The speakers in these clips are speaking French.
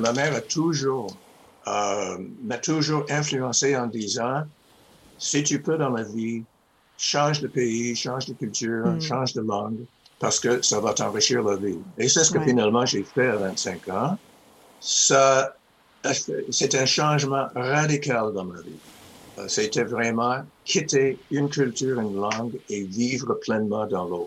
Ma mère m'a toujours influencé en disant, si tu peux dans la vie, change de pays, change de culture, Hmm. change de langue, parce que ça va t'enrichir la vie. Et c'est ce que Ouais. finalement j'ai fait à 25 ans. Ça, c'est un changement radical dans ma vie. C'était vraiment quitter une culture, une langue et vivre pleinement dans l'autre.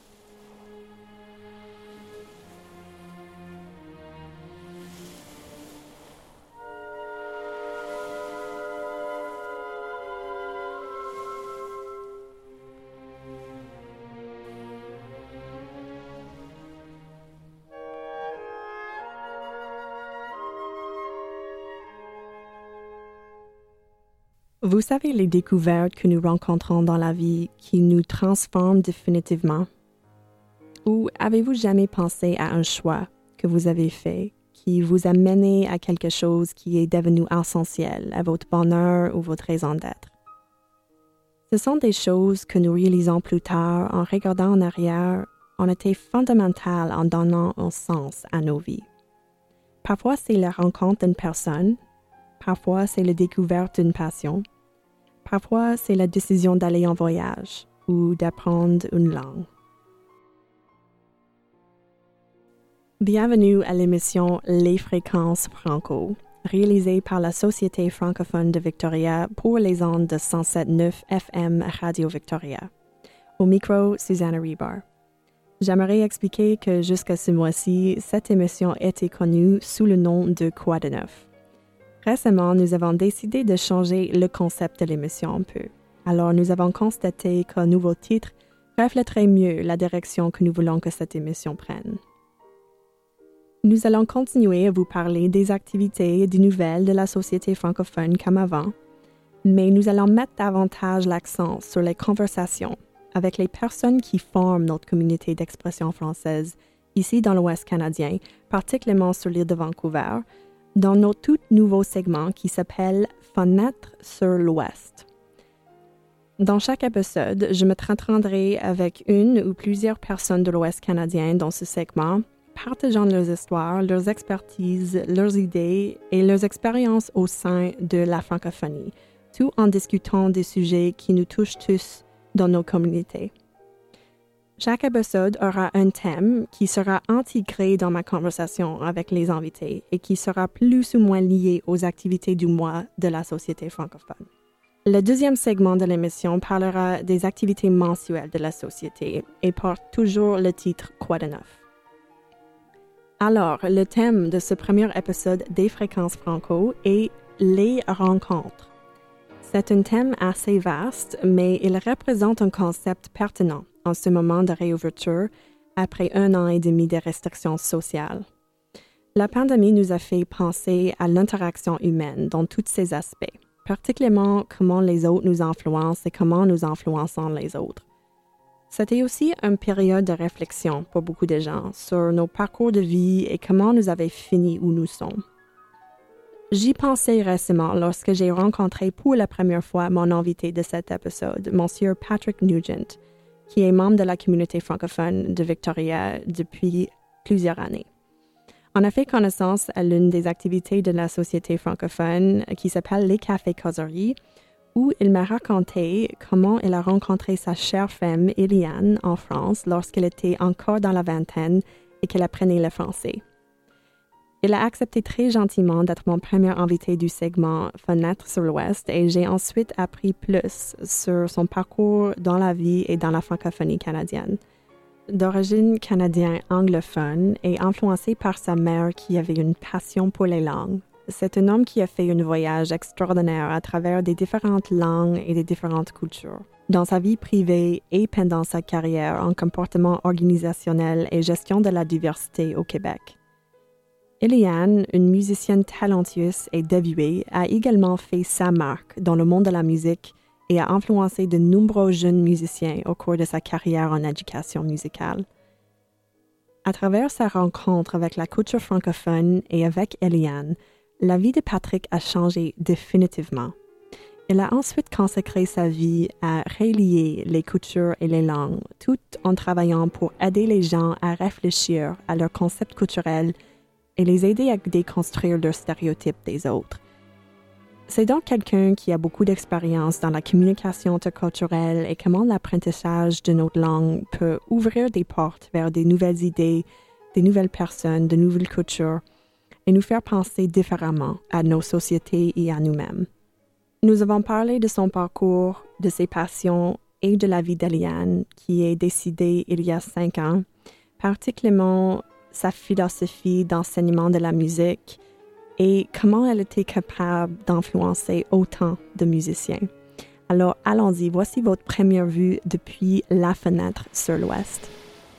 Vous savez les découvertes que nous rencontrons dans la vie qui nous transforment définitivement? Ou avez-vous jamais pensé à un choix que vous avez fait qui vous a mené à quelque chose qui est devenu essentiel à votre bonheur ou votre raison d'être? Ce sont des choses que nous réalisons plus tard en regardant en arrière ont été fondamentales en donnant un sens à nos vies. Parfois, c'est la rencontre d'une personne, parfois, c'est la découverte d'une passion, parfois, c'est la décision d'aller en voyage ou d'apprendre une langue. Bienvenue à l'émission Les Fréquences Franco, réalisée par la Société francophone de Victoria pour les ondes de 107.9 FM Radio Victoria. Au micro, Susanna Rebar. J'aimerais expliquer que jusqu'à ce mois-ci, cette émission était connue sous le nom de Quoi de neuf? Récemment, nous avons décidé de changer le concept de l'émission un peu. Alors, nous avons constaté qu'un nouveau titre reflèterait mieux la direction que nous voulons que cette émission prenne. Nous allons continuer à vous parler des activités et des nouvelles de la société francophone comme avant, mais nous allons mettre davantage l'accent sur les conversations avec les personnes qui forment notre communauté d'expression française ici dans l'Ouest canadien, particulièrement sur l'île de Vancouver, dans notre tout nouveau segment qui s'appelle « Fenêtre sur l'Ouest ». Dans chaque épisode, je me m'entretiendrai avec une ou plusieurs personnes de l'Ouest canadien dans ce segment, partageant leurs histoires, leurs expertises, leurs idées et leurs expériences au sein de la francophonie, tout en discutant des sujets qui nous touchent tous dans nos communautés. Chaque épisode aura un thème qui sera intégré dans ma conversation avec les invités et qui sera plus ou moins lié aux activités du mois de la société francophone. Le deuxième segment de l'émission parlera des activités mensuelles de la société et porte toujours le titre « Quoi de neuf ». Alors, le thème de ce premier épisode des Fréquences Franco est « Les rencontres ». C'est un thème assez vaste, mais il représente un concept pertinent en ce moment de réouverture après 1 an et demi de restrictions sociales. La pandémie nous a fait penser à l'interaction humaine dans tous ses aspects, particulièrement comment les autres nous influencent et comment nous influençons les autres. C'était aussi une période de réflexion pour beaucoup de gens sur nos parcours de vie et comment nous avons fini où nous sommes. J'y pensais récemment lorsque j'ai rencontré pour la première fois mon invité de cet épisode, Monsieur Patrick Nugent, qui est membre de la communauté francophone de Victoria depuis plusieurs années. On a fait connaissance à l'une des activités de la société francophone qui s'appelle les Cafés Causeries, où il m'a raconté comment il a rencontré sa chère femme, Eliane, en France lorsqu'elle était encore dans la vingtaine et qu'elle apprenait le français. Il a accepté très gentiment d'être mon premier invité du segment Fenêtre sur l'Ouest et j'ai ensuite appris plus sur son parcours dans la vie et dans la francophonie canadienne. D'origine canadienne anglophone et influencé par sa mère qui avait une passion pour les langues, c'est un homme qui a fait un voyage extraordinaire à travers des différentes langues et des différentes cultures. Dans sa vie privée et pendant sa carrière en comportement organisationnel et gestion de la diversité au Québec. Eliane, une musicienne talentueuse et dévouée, a également fait sa marque dans le monde de la musique et a influencé de nombreux jeunes musiciens au cours de sa carrière en éducation musicale. À travers sa rencontre avec la culture francophone et avec Eliane, la vie de Patrick a changé définitivement. Il a ensuite consacré sa vie à relier les cultures et les langues, tout en travaillant pour aider les gens à réfléchir à leurs concepts culturels et les aider à déconstruire leurs stéréotypes des autres. C'est donc quelqu'un qui a beaucoup d'expérience dans la communication interculturelle et comment l'apprentissage d'une autre langue peut ouvrir des portes vers des nouvelles idées, des nouvelles personnes, de nouvelles cultures et nous faire penser différemment à nos sociétés et à nous-mêmes. Nous avons parlé de son parcours, de ses passions et de la vie d'Eliane qui est décidée il y a 5 ans, particulièrement sa philosophie d'enseignement de la musique et comment elle était capable d'influencer autant de musiciens. Alors allons-y, voici votre première vue depuis la fenêtre sur l'Ouest.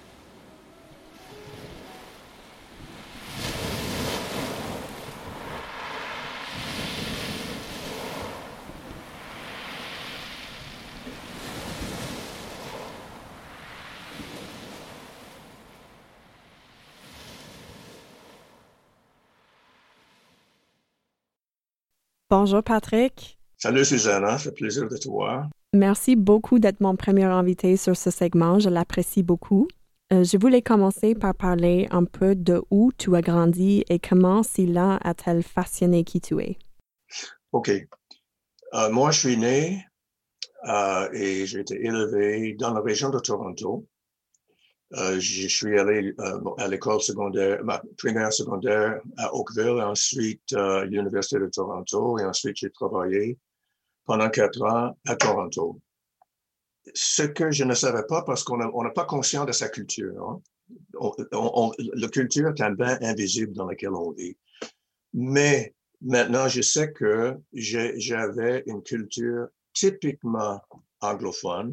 Bonjour Patrick. Salut Susanna, ça fait plaisir de te voir. Merci beaucoup d'être mon premier invité sur ce segment, je l'apprécie beaucoup. Je voulais commencer par parler un peu de où tu as grandi et comment cela a-t-elle façonné qui tu es. OK. Moi, je suis né et j'ai été élevé dans la région de Toronto. Je suis allé à l'école secondaire, ma primaire secondaire à Oakville, ensuite à l'Université de Toronto, et ensuite j'ai travaillé pendant 4 ans à Toronto. Ce que je ne savais pas, parce qu'on n'a pas conscience de sa culture. Hein. La culture est un bain invisible dans lequel on vit. Mais maintenant, je sais que j'avais une culture typiquement anglophone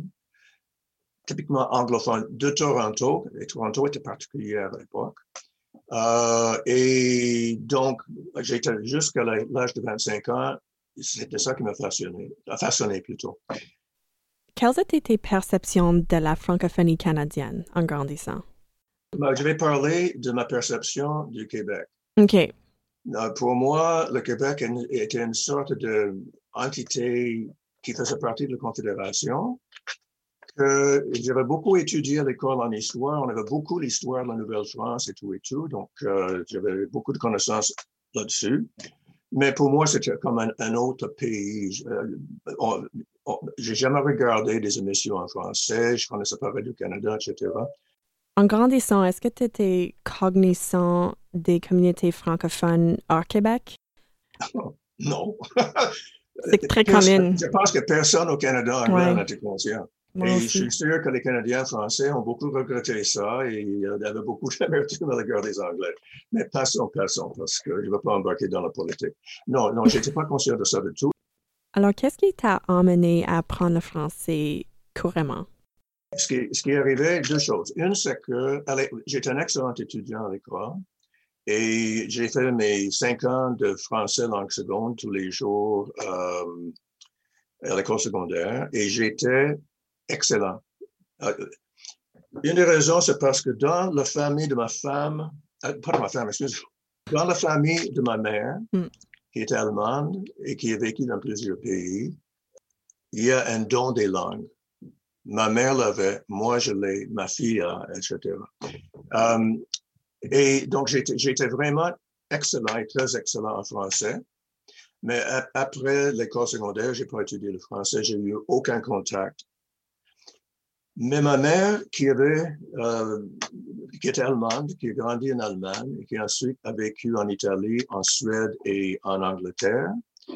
de Toronto, et Toronto était particulière à l'époque. Et donc, j'étais jusqu'à l'âge de 25 ans, c'était ça qui m'a façonné plutôt. Quelles étaient tes perceptions de la francophonie canadienne en grandissant? Je vais parler de ma perception du Québec. OK. Pour moi, le Québec était une sorte d'entité qui faisait partie de la Confédération. J'avais beaucoup étudié à l'école en histoire. On avait beaucoup l'histoire de la Nouvelle-France et tout. Donc, j'avais beaucoup de connaissances là-dessus. Mais pour moi, c'était comme un autre pays. J'ai jamais regardé des émissions en français. Je connaissais pas Radio-Canada, etc. En grandissant, est-ce que tu étais cognizant des communautés francophones hors Québec? Non. C'est très commun. Je pense que personne au Canada en était conscient. Moi et aussi. je suis sûr que les Canadiens français ont beaucoup regretté ça et il y avait beaucoup d'amertume à l'égard des Anglais. Mais passons, parce que je ne veux pas embarquer dans la politique. Non, je n'étais pas conscient de ça du tout. Alors, qu'est-ce qui t'a amené à apprendre le français couramment? Ce qui est arrivé, 2 choses. Une, c'est que j'étais un excellent étudiant à l'école et j'ai fait mes 5 ans de français langue seconde tous les jours à l'école secondaire et j'étais excellent. Une des raisons, c'est parce que dans la famille de ma femme, dans la famille de ma mère, qui était allemande et qui a vécu dans plusieurs pays, il y a un don des langues. Ma mère l'avait, moi je l'ai, ma fille a, etc. Et donc j'étais vraiment excellent et très excellent en français. Mais après l'école secondaire, j'ai pas étudié le français, j'ai eu aucun contact. Mais ma mère, qui était allemande, qui a grandi en Allemagne et qui ensuite a vécu en Italie, en Suède et en Angleterre,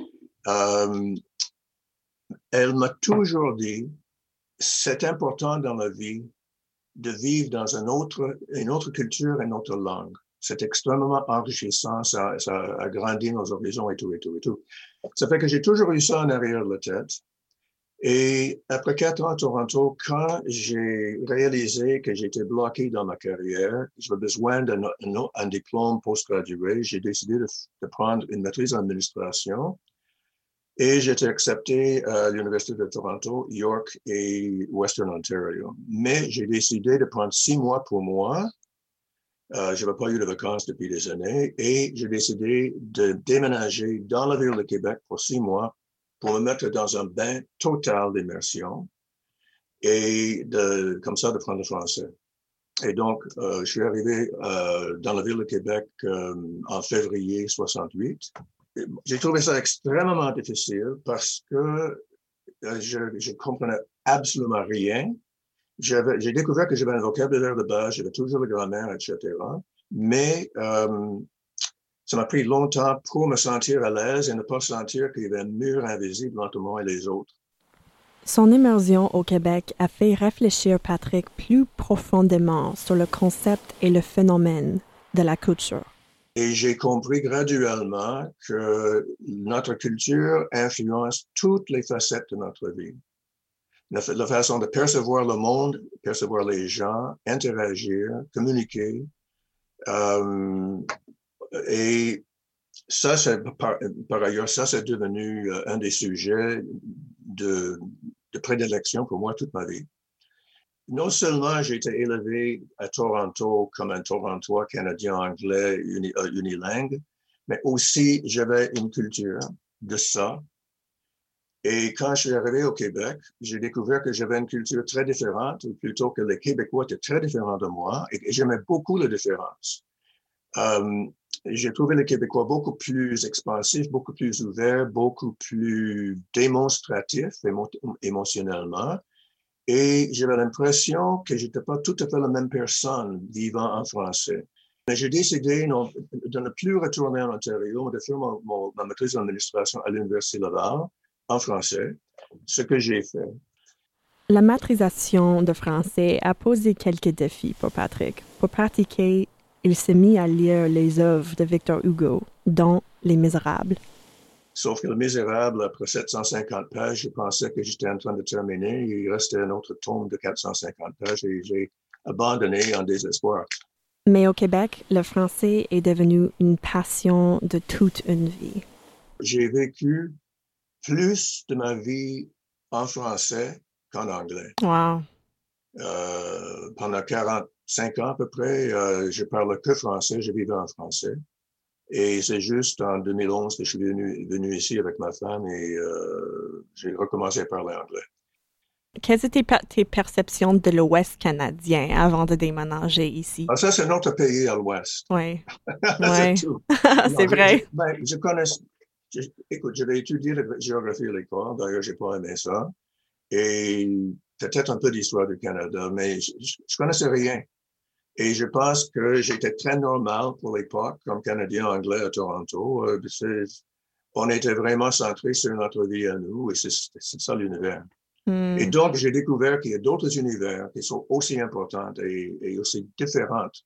elle m'a toujours dit, c'est important dans la vie de vivre dans une autre culture, une autre langue. C'est extrêmement enrichissant, ça agrandit nos horizons et tout. Ça fait que j'ai toujours eu ça en arrière de la tête. Et après 4 ans à Toronto, quand j'ai réalisé que j'étais bloqué dans ma carrière, j'avais besoin d'un diplôme postgradué, j'ai décidé de prendre une maîtrise en administration et j'ai été accepté à l'Université de Toronto, York et Western Ontario. Mais j'ai décidé de prendre 6 mois pour moi. Je n'avais pas eu de vacances depuis des années et j'ai décidé de déménager dans la ville de Québec pour 6 mois pour me mettre dans un bain total d'immersion et comme ça de prendre le français. Et donc, je suis arrivé dans la ville de Québec en février 68. J'ai trouvé ça extrêmement difficile parce que je comprenais absolument rien. J'ai découvert que j'avais un vocabulaire de base, j'avais toujours la grammaire, etc. Mais ça m'a pris longtemps pour me sentir à l'aise et ne pas sentir qu'il y avait un mur invisible entre moi et les autres. Son immersion au Québec a fait réfléchir Patrick plus profondément sur le concept et le phénomène de la culture. Et j'ai compris graduellement que notre culture influence toutes les facettes de notre vie. La façon de percevoir le monde, percevoir les gens, interagir, communiquer. Et ça, par ailleurs, ça, c'est devenu un des sujets de prédilection pour moi toute ma vie. Non seulement j'ai été élevé à Toronto comme un Torontois canadien-anglais unilingue, mais aussi j'avais une culture de ça. Et quand je suis arrivé au Québec, j'ai découvert que j'avais une culture très différente, ou plutôt que les Québécois étaient très différents de moi, et j'aimais beaucoup la différence. J'ai trouvé les Québécois beaucoup plus expansifs, beaucoup plus ouverts, beaucoup plus démonstratifs émotionnellement. Et j'avais l'impression que j'étais pas tout à fait la même personne vivant en français. Mais j'ai décidé de ne plus retourner en Ontario, mais de faire ma maîtrise en administration à l'Université Laval en français, ce que j'ai fait. La maîtrisation de français a posé quelques défis pour Patrick. Pour pratiquer, il s'est mis à lire les œuvres de Victor Hugo, dont Les Misérables. Sauf que Le Misérable, après 750 pages, je pensais que j'étais en train de terminer. Il restait un autre tome de 450 pages et j'ai abandonné en désespoir. Mais au Québec, le français est devenu une passion de toute une vie. J'ai vécu plus de ma vie en français qu'en anglais. Wow. Pendant 45 ans à peu près, je parle que français, je vivais en français. Et c'est juste en 2011 que je suis venu ici avec ma femme et j'ai recommencé à parler anglais. Quelles étaient tes perceptions de l'Ouest canadien avant de déménager ici? Alors ça, c'est notre pays à l'Ouest. Oui, C'est oui. tout. C'est vrai. Je connais... Écoute, j'avais étudié la géographie à l'école. D'ailleurs, j'ai pas aimé ça. Et peut-être un peu d'histoire du Canada, mais je connaissais rien. Et je pense que j'étais très normal pour l'époque, comme Canadien anglais à Toronto. On était vraiment centré sur notre vie à nous, et c'est ça l'univers. Et donc, j'ai découvert qu'il y a d'autres univers qui sont aussi importants et aussi différentes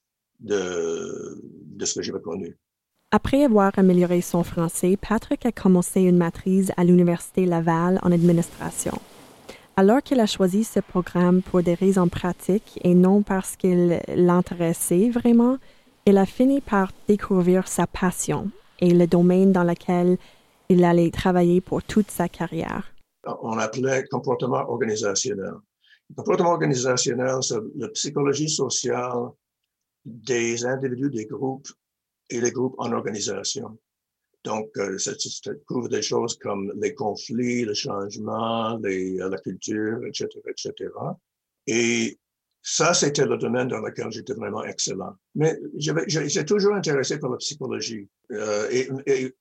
de ce que j'avais connu. Après avoir amélioré son français, Patrick a commencé une maîtrise à l'Université Laval en administration. Alors qu'il a choisi ce programme pour des raisons pratiques et non parce qu'il l'intéressait vraiment, il a fini par découvrir sa passion et le domaine dans lequel il allait travailler pour toute sa carrière. On appelait comportement organisationnel. Le comportement organisationnel, c'est la psychologie sociale des individus, des groupes et les groupes en organisation. Donc, ça couvre des choses comme les conflits, le changement, la culture, etc., etc. Et ça, c'était le domaine dans lequel j'étais vraiment excellent. Mais j'ai toujours intéressé par la psychologie. Et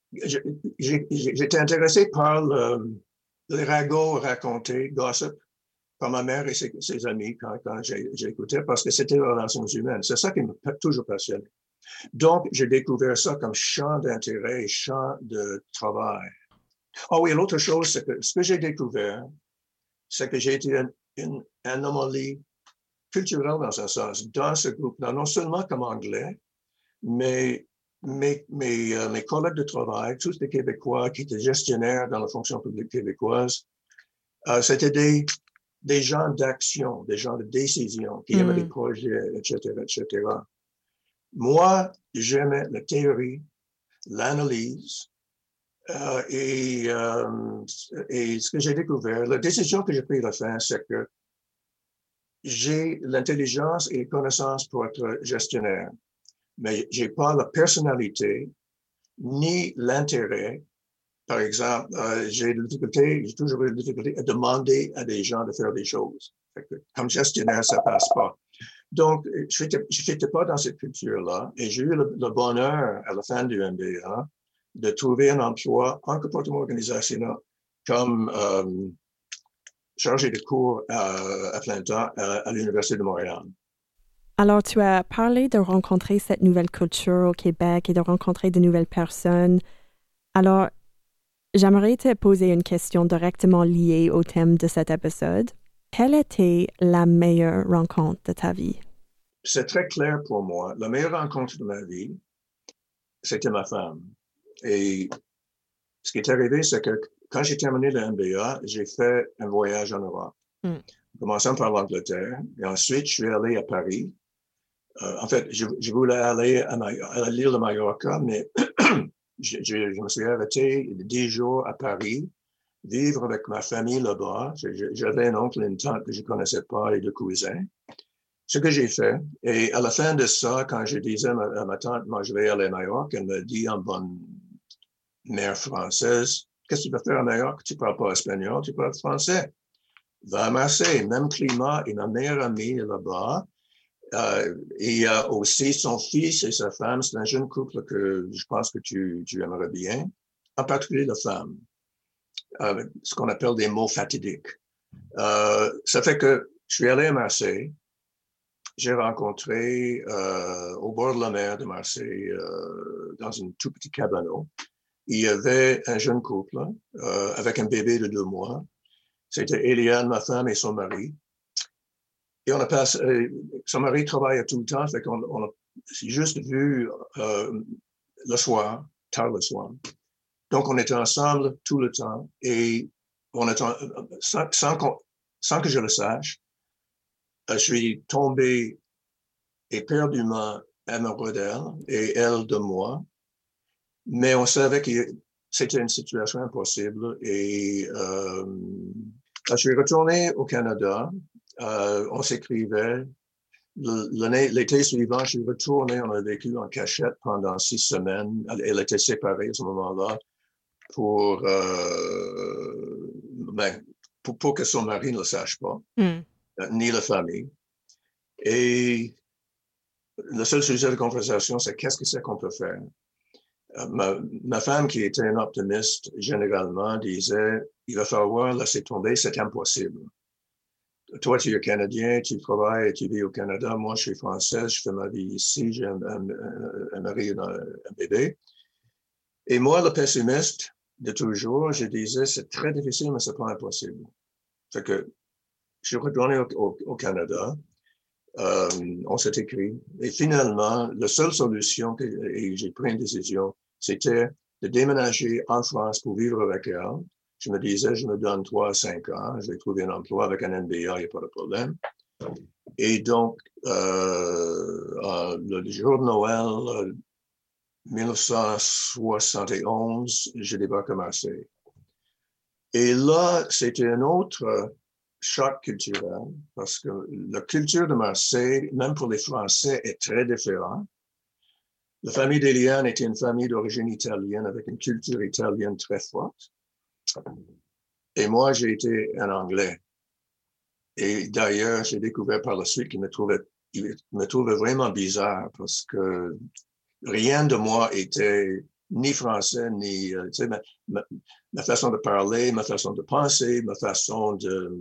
j'étais intéressé par les ragots racontés, gossip, par ma mère et ses amis quand j'écoutais, parce que c'était les relations humaines. C'est ça qui m'a toujours passionné. Donc, j'ai découvert ça comme champ d'intérêt et champ de travail. Ah oui, l'autre chose, c'est que ce que j'ai découvert, c'est que j'ai été une anomalie culturelle dans un sens, dans ce groupe-là, non seulement comme anglais, mais mes collègues de travail, tous les Québécois qui étaient gestionnaires dans la fonction publique québécoise, c'était des gens d'action, des gens de décision, qui aimaient des projets, etc., etc. Moi, j'aimais la théorie, l'analyse, et ce que j'ai découvert, la décision que j'ai prise à la fin, c'est que j'ai l'intelligence et les connaissances pour être gestionnaire, mais j'ai pas la personnalité ni l'intérêt. Par exemple, j'ai toujours eu des difficultés à demander à des gens de faire des choses. Comme gestionnaire, ça passe pas. Donc, je n'étais pas dans cette culture-là et j'ai eu le bonheur à la fin du MBA de trouver un emploi en comportement organisationnel comme chargé de cours à plein temps à l'Université de Montréal. Alors, tu as parlé de rencontrer cette nouvelle culture au Québec et de rencontrer de nouvelles personnes. Alors, j'aimerais te poser une question directement liée au thème de cet épisode. Quelle était la meilleure rencontre de ta vie? C'est très clair pour moi. La meilleure rencontre de ma vie, c'était ma femme. Et ce qui est arrivé, c'est que quand j'ai terminé le MBA, j'ai fait un voyage en Europe. Commençant par l'Angleterre. Et ensuite, je suis allé à Paris. En fait, je voulais aller à l'île de Mallorca, mais je me suis arrêté 10 jours à Paris, vivre avec ma famille là-bas. J'avais un oncle et une tante que je ne connaissais pas et deux cousins. Ce que j'ai fait, et à la fin de ça, quand je disais à ma tante, moi, je vais aller à Majorque, elle me dit en bonne mère française, qu'est-ce que tu vas faire à Majorque? Tu ne parles pas espagnol, tu parles français. Va à Marseille, même climat, et ma meilleure amie est là-bas. Il y a aussi son fils et sa femme. C'est un jeune couple que je pense que tu aimerais bien, en particulier la femme, ce qu'on appelle des mots fatidiques. Ça fait que je suis allé à Marseille. J'ai rencontré au bord de la mer de Marseille, dans un tout petit cabanon, il y avait un jeune couple avec un bébé de 2 mois. C'était Eliane, ma femme, et son mari. Et on a passé, son mari travaillait tout le temps, fait qu'on a juste vu le soir, tard le soir. Donc, on était ensemble tout le temps et on était, sans que je le sache, je suis tombé éperdument amoureux d'elle et elle de moi. Mais on savait que c'était une situation impossible et je suis retourné au Canada. On s'écrivait. L'été suivant, je suis retourné. On a vécu en cachette pendant 6 semaines. Elle était séparée à ce moment-là pour que son mari ne le sache pas, ni la famille. Et le seul sujet de conversation, c'est qu'est-ce que c'est qu'on peut faire? Ma femme, qui était une optimiste généralement, disait, il va falloir laisser tomber, c'est impossible. Toi, tu es Canadien, tu travailles et tu vis au Canada. Moi, je suis française, je fais ma vie ici, j'ai un mari et un bébé. Et moi, le pessimiste de toujours, je disais, c'est très difficile, mais c'est pas impossible. Fait que je suis retourné au Canada. On s'est écrit. Et finalement, la seule solution, et j'ai pris une décision, c'était de déménager en France pour vivre avec elle. Je me disais, je me donne 3 à 5 ans, je vais trouver un emploi avec un MBA, il n'y a pas de problème. Et donc, le jour de Noël 1971, je débarque à Marseille. Et là, c'était un autre choc culturel, parce que la culture de Marseille, même pour les Français, est très différente. La famille d'Eliane était une famille d'origine italienne avec une culture italienne très forte. Et moi, j'ai été un Anglais. Et d'ailleurs, j'ai découvert par la suite qu'il me trouvait vraiment bizarre parce que rien de moi était ni français, ni ma façon de parler, ma façon de penser, ma façon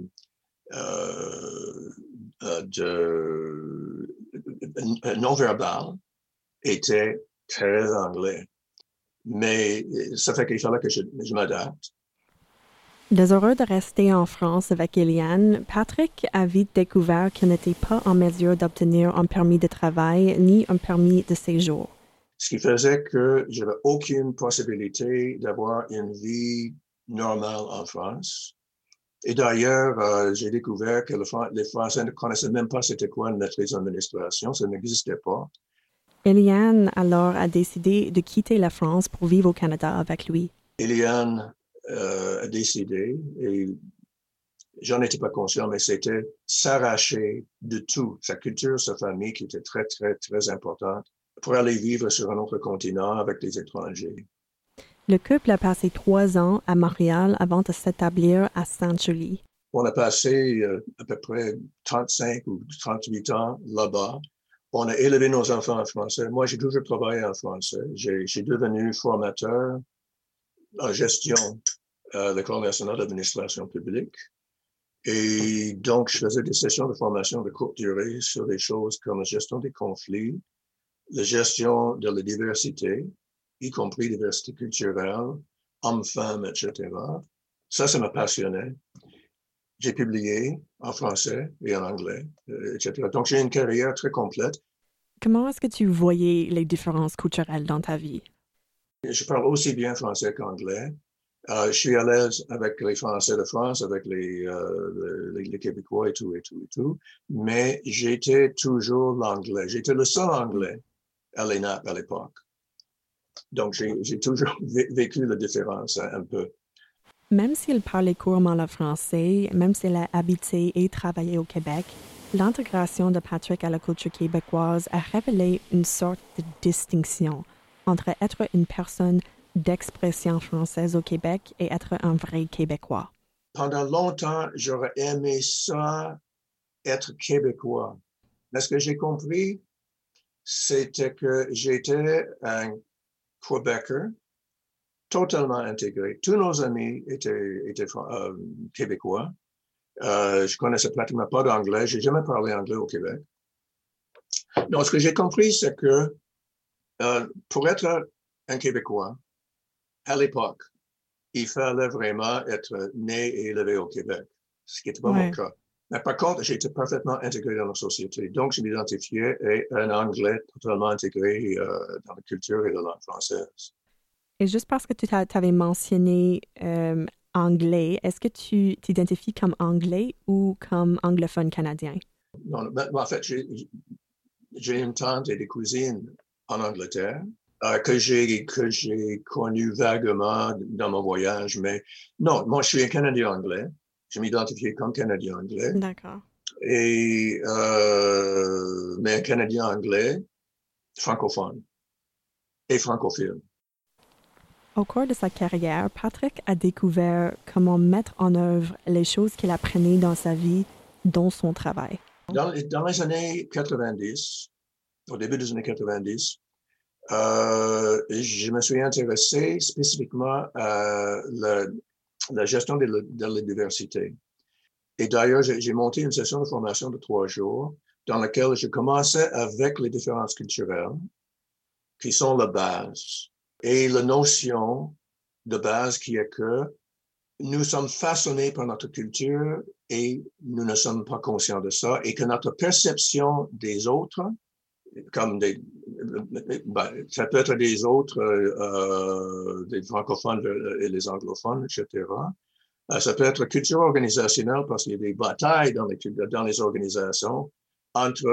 non-verbal était très anglais. Mais ça fait qu'il fallait que je m'adapte. Désireux de rester en France avec Eliane, Patrick a vite découvert qu'il n'était pas en mesure d'obtenir un permis de travail ni un permis de séjour. Ce qui faisait que je n'avais aucune possibilité d'avoir une vie normale en France. Et d'ailleurs, j'ai découvert que les Français ne connaissaient même pas c'était quoi une maîtrise d'administration, ça n'existait pas. Eliane alors a décidé de quitter la France pour vivre au Canada avec lui. Eliane a décidé, et j'en étais pas conscient, mais c'était s'arracher de tout, sa culture, sa famille, qui était très, très, très importante, pour aller vivre sur un autre continent avec des étrangers. Le couple a passé 3 ans à Montréal avant de s'établir à Sainte-Julie. On a passé à peu près 35 ou 38 ans là-bas. On a élevé nos enfants en français. Moi, j'ai toujours travaillé en français. J'ai devenu formateur en gestion à l'École nationale d'administration publique. Et donc, je faisais des sessions de formation de courte durée sur des choses comme la gestion des conflits, la gestion de la diversité, y compris diversité culturelle, hommes-femmes, etc. Ça m'a passionné. J'ai publié en français et en anglais, etc. Donc, j'ai une carrière très complète. Comment est-ce que tu voyais les différences culturelles dans ta vie? Je parle aussi bien français qu'anglais. Je suis à l'aise avec les Français de France, avec les Québécois et tout. Mais j'étais toujours l'anglais. J'étais le seul anglais à l'ENAP à l'époque. Donc, j'ai toujours vécu la différence un peu. Même s'il parlait couramment le français, même s'il a habité et travaillé au Québec, l'intégration de Patrick à la culture québécoise a révélé une sorte de distinction entre être une personne d'expression française au Québec et être un vrai Québécois. Pendant longtemps, j'aurais aimé ça, être Québécois. Mais ce que j'ai compris, c'était que j'étais un Québécois totalement intégré. Tous nos amis étaient québécois. Je connaissais pratiquement pas d'anglais. J'ai jamais parlé anglais au Québec. Donc, ce que j'ai compris, c'est que pour être un Québécois, à l'époque, il fallait vraiment être né et élevé au Québec, ce qui n'était pas mon cas. Mais par contre, j'étais parfaitement intégré dans la société. Donc, je m'identifiais à un anglais totalement intégré dans la culture et la langue française. Et juste parce que tu avais mentionné anglais, est-ce que tu t'identifies comme anglais ou comme anglophone canadien? Non, en fait, j'ai une tante et des cousines en Angleterre que j'ai connu vaguement dans mon voyage, mais non, moi je suis un Canadien anglais. Je m'identifie comme Canadien anglais. D'accord. Et mais un Canadien anglais francophone et francophile. Au cours de sa carrière, Patrick a découvert comment mettre en œuvre les choses qu'il apprenait dans sa vie, dont son travail. Dans les années 90, au début des années 90, je me suis intéressé spécifiquement à la gestion de la diversité. Et d'ailleurs, j'ai monté une session de formation de 3 jours dans laquelle je commençais avec les différences culturelles qui sont la base. Et la notion de base qui est que nous sommes façonnés par notre culture et nous ne sommes pas conscients de ça et que notre perception des autres, comme ça peut être des autres, des francophones et les anglophones, etc. Ça peut être culture organisationnelle parce qu'il y a des batailles dans les organisations entre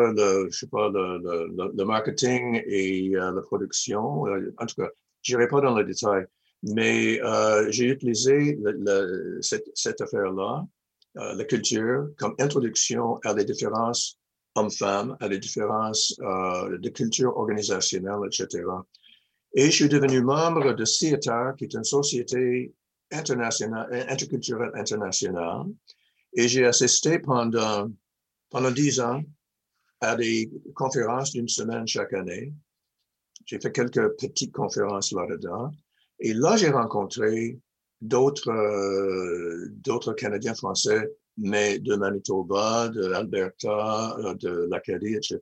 le marketing et la production. En tout cas, je n'irai pas dans le détail, mais j'ai utilisé cette affaire-là, la culture, comme introduction à les différences hommes-femmes, à les différences de culture organisationnelle, etc. Et je suis devenu membre de CIETAR, qui est une société interculturelle internationale, et j'ai assisté pendant 10 ans à des conférences d'une semaine chaque année. J'ai fait quelques petites conférences là-dedans. Et là, j'ai rencontré d'autres Canadiens français, mais de Manitoba, de l'Alberta, de l'Acadie, etc.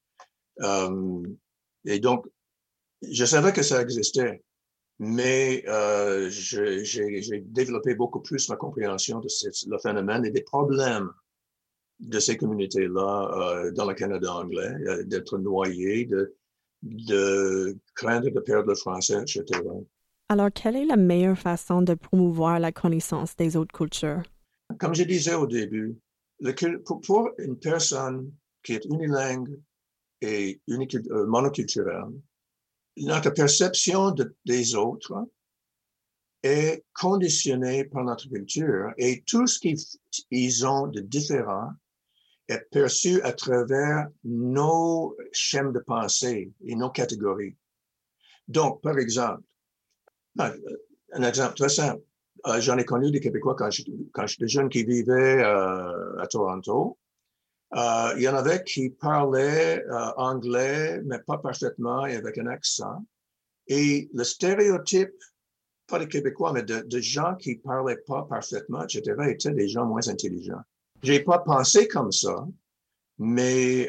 Et donc, je savais que ça existait, mais j'ai développé beaucoup plus ma compréhension de le phénomène et des problèmes de ces communautés-là dans le Canada anglais, d'être noyés, de craindre de perdre le français, etc. Alors, quelle est la meilleure façon de promouvoir la connaissance des autres cultures? Comme je disais au début, pour une personne qui est unilingue et monoculturelle, notre perception des autres est conditionnée par notre culture et tout ce qu'ils ont de différent est perçu à travers nos schèmes de pensée et nos catégories. Donc, par exemple, un exemple très simple, J'en ai connu des Québécois quand j'étais jeune qui vivaient à Toronto. Il y en avait qui parlaient anglais, mais pas parfaitement et avec un accent. Et le stéréotype, pas des Québécois, mais de gens qui parlaient pas parfaitement, etc., étaient des gens moins intelligents. J'ai pas pensé comme ça, mais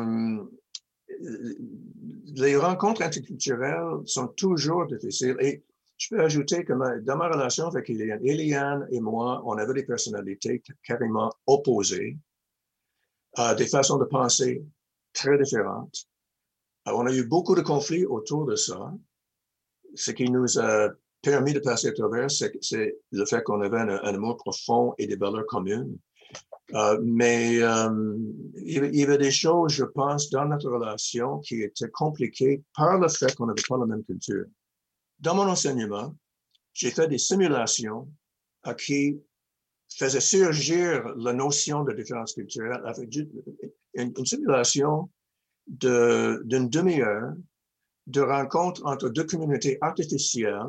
les rencontres interculturelles sont toujours difficiles. Et je peux ajouter que dans ma relation avec Eliane et moi, on avait des personnalités carrément opposées, des façons de penser très différentes. On a eu beaucoup de conflits autour de ça. Ce qui nous a permis de passer à travers, c'est le fait qu'on avait un amour profond et des valeurs communes. Mais il y avait des choses, je pense, dans notre relation qui étaient compliquées par le fait qu'on n'avait pas la même culture. Dans mon enseignement, j'ai fait des simulations qui faisaient surgir la notion de différence culturelle avec une simulation d'une demi-heure de rencontre entre deux communautés artificielles,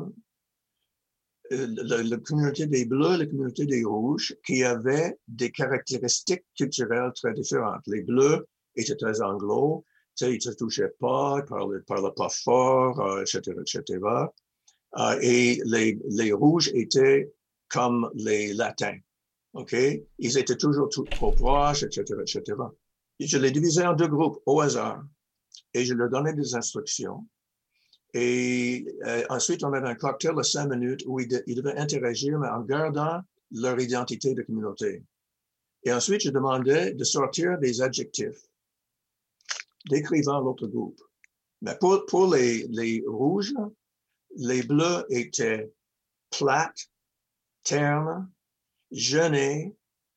la communauté des Bleus et la communauté des Rouges, qui avaient des caractéristiques culturelles très différentes. Les Bleus étaient très anglo, ils ne se touchaient pas, ils ne parlaient pas fort, etc., etc. Et les Rouges étaient comme les Latins, OK? Ils étaient toujours trop proches, etc., etc. Et je les divisais en deux groupes au hasard et je leur donnais des instructions. Et ensuite, on avait un cocktail de 5 minutes où ils devaient interagir, mais en gardant leur identité de communauté. Et ensuite, je demandais de sortir des adjectifs décrivant l'autre groupe. Mais pour les rouges, les bleus étaient plates, ternes, gênés,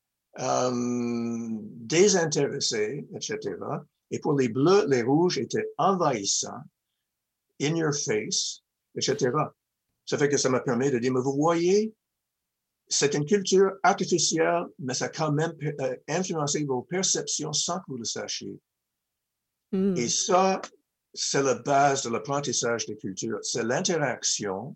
désintéressés, etc. Et pour les bleus, les rouges étaient envahissants, in your face, etc. Ça fait que ça m'a permis de dire, mais vous voyez, c'est une culture artificielle, mais ça a quand même influencé vos perceptions sans que vous le sachiez. Mm. Et ça, c'est la base de l'apprentissage des cultures. C'est l'interaction,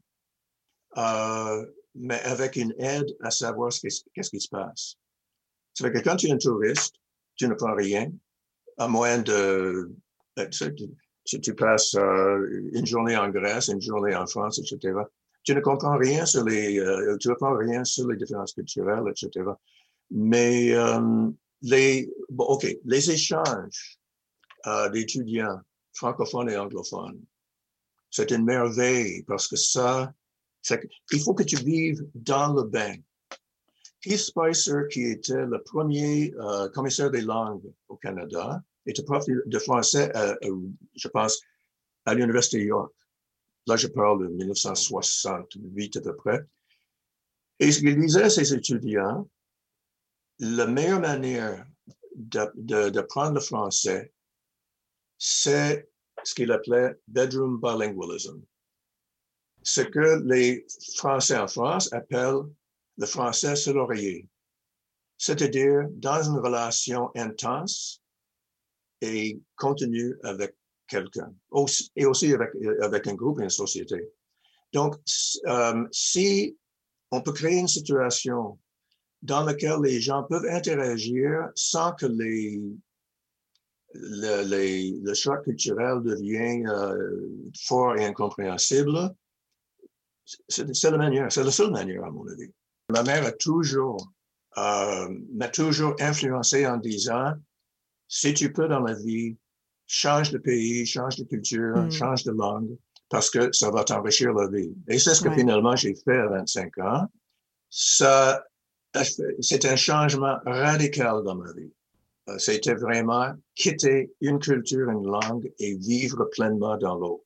mais avec une aide à savoir qu'est-ce qui se passe. Ça fait que quand tu es un touriste, tu ne prends rien, à moins de tu passes une journée en Grèce, une journée en France, etc. Tu ne comprends rien tu apprends rien sur les différences culturelles, etc. Mais les échanges d'étudiants francophones et anglophones, c'est une merveille parce que il faut que tu vives dans le bain. Keith Spicer, qui était le premier commissaire des langues au Canada, était prof de français, je pense, à l'Université de York. Là, je parle de 1968 à peu près. Et ce qu'il disait à ses étudiants, la meilleure manière d'apprendre le français, c'est ce qu'il appelait bedroom bilingualism. Ce que les Français en France appellent le français sur l'oreiller. C'est-à-dire dans une relation intense et continue avec quelqu'un, et aussi avec un groupe et une société. Donc, si on peut créer une situation dans laquelle les gens peuvent interagir sans que le choc culturel devienne fort et incompréhensible, c'est la manière, c'est la seule manière, à mon avis. Ma mère m'a toujours influencé en disant, si tu peux dans la vie, change de pays, change de culture, change de langue, parce que ça va t'enrichir la vie. Et c'est ce que finalement j'ai fait à 25 ans. C'est un changement radical dans ma vie. C'était vraiment quitter une culture, une langue et vivre pleinement dans l'autre.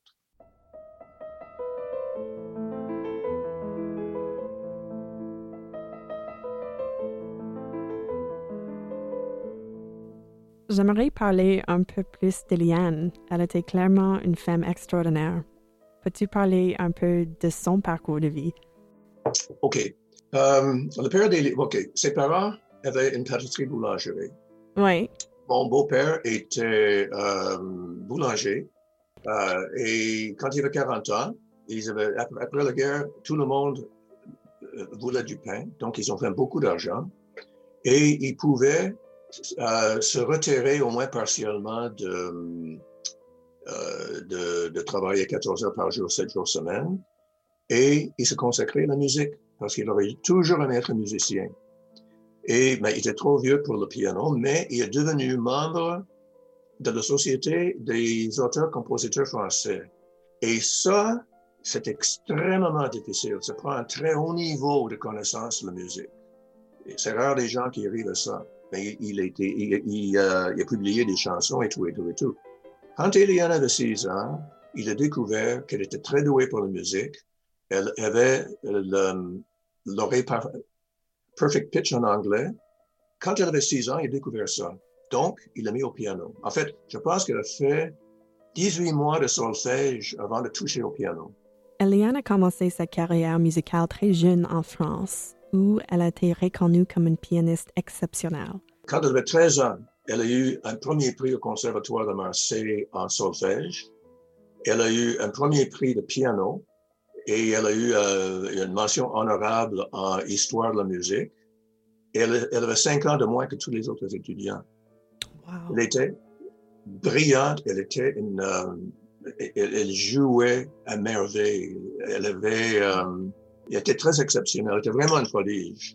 J'aimerais parler un peu plus d'Eliane. Elle était clairement une femme extraordinaire. Peux-tu parler un peu de son parcours de vie? OK. Le père d'Eliane, OK. Ses parents avaient une pâtisserie-boulangerie. Oui. Mon beau-père était boulanger. Et quand il avait 40 ans, après la guerre, tout le monde voulaient du pain, donc ils ont fait beaucoup d'argent et ils pouvaient se retirer au moins partiellement de travailler 14 heures par jour, 7 jours semaine, et ils se consacraient à la musique parce qu'il aurait toujours aimé être musicien. Et il était trop vieux pour le piano, mais il est devenu membre de la Société des auteurs-compositeurs français. Et ça, c'est extrêmement difficile. Ça prend un très haut niveau de connaissance de la musique. Et c'est rare des gens qui arrivent à ça. Mais il a publié des chansons et tout. Quand Eliane avait 6 ans, il a découvert qu'elle était très douée pour la musique. Elle avait l'oreille perfect pitch en anglais. Quand elle avait 6 ans, il a découvert ça. Donc, il l'a mis au piano. En fait, je pense qu'elle a fait 18 mois de solfège avant de toucher au piano. Eliane a commencé sa carrière musicale très jeune en France, où elle a été reconnue comme une pianiste exceptionnelle. Quand elle avait 13 ans, elle a eu un premier prix au Conservatoire de Marseille en solfège. Elle a eu un premier prix de piano et elle a eu une mention honorable en histoire de la musique. Elle avait 5 ans de moins que tous les autres étudiants. Wow. Elle était brillante, elle jouait à merveille. Elle était très exceptionnelle, elle était vraiment une prodige.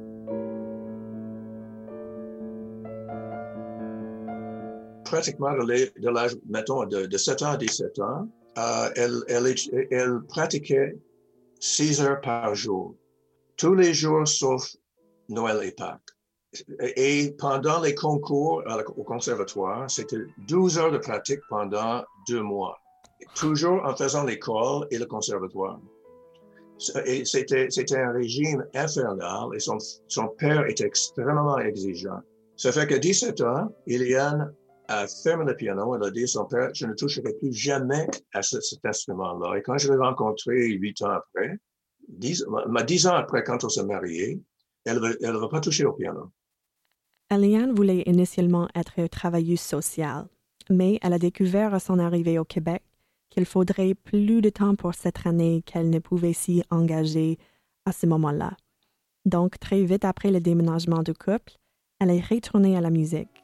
Pratiquement de l'âge, mettons, de 7 ans à 17 ans, elle pratiquait 6 heures par jour, tous les jours sauf Noël et Pâques. Et pendant les concours au conservatoire, c'était 12 heures de pratique pendant 2 mois, toujours en faisant l'école et le conservatoire. Et c'était un régime infernal et son père était extrêmement exigeant. Ça fait qu'à 17 ans, Eliane a fermé le piano. Elle a dit à son père, je ne toucherai plus jamais à cet instrument-là. Et quand je l'ai rencontré 8 ans après, 10 ans après, quand on s'est mariés, elle ne va pas toucher au piano. Eliane voulait initialement être travailleuse sociale, mais elle a découvert à son arrivée au Québec qu'il faudrait plus de temps pour cette année qu'elle ne pouvait s'y engager à ce moment-là. Donc, très vite après le déménagement du couple, elle est retournée à la musique.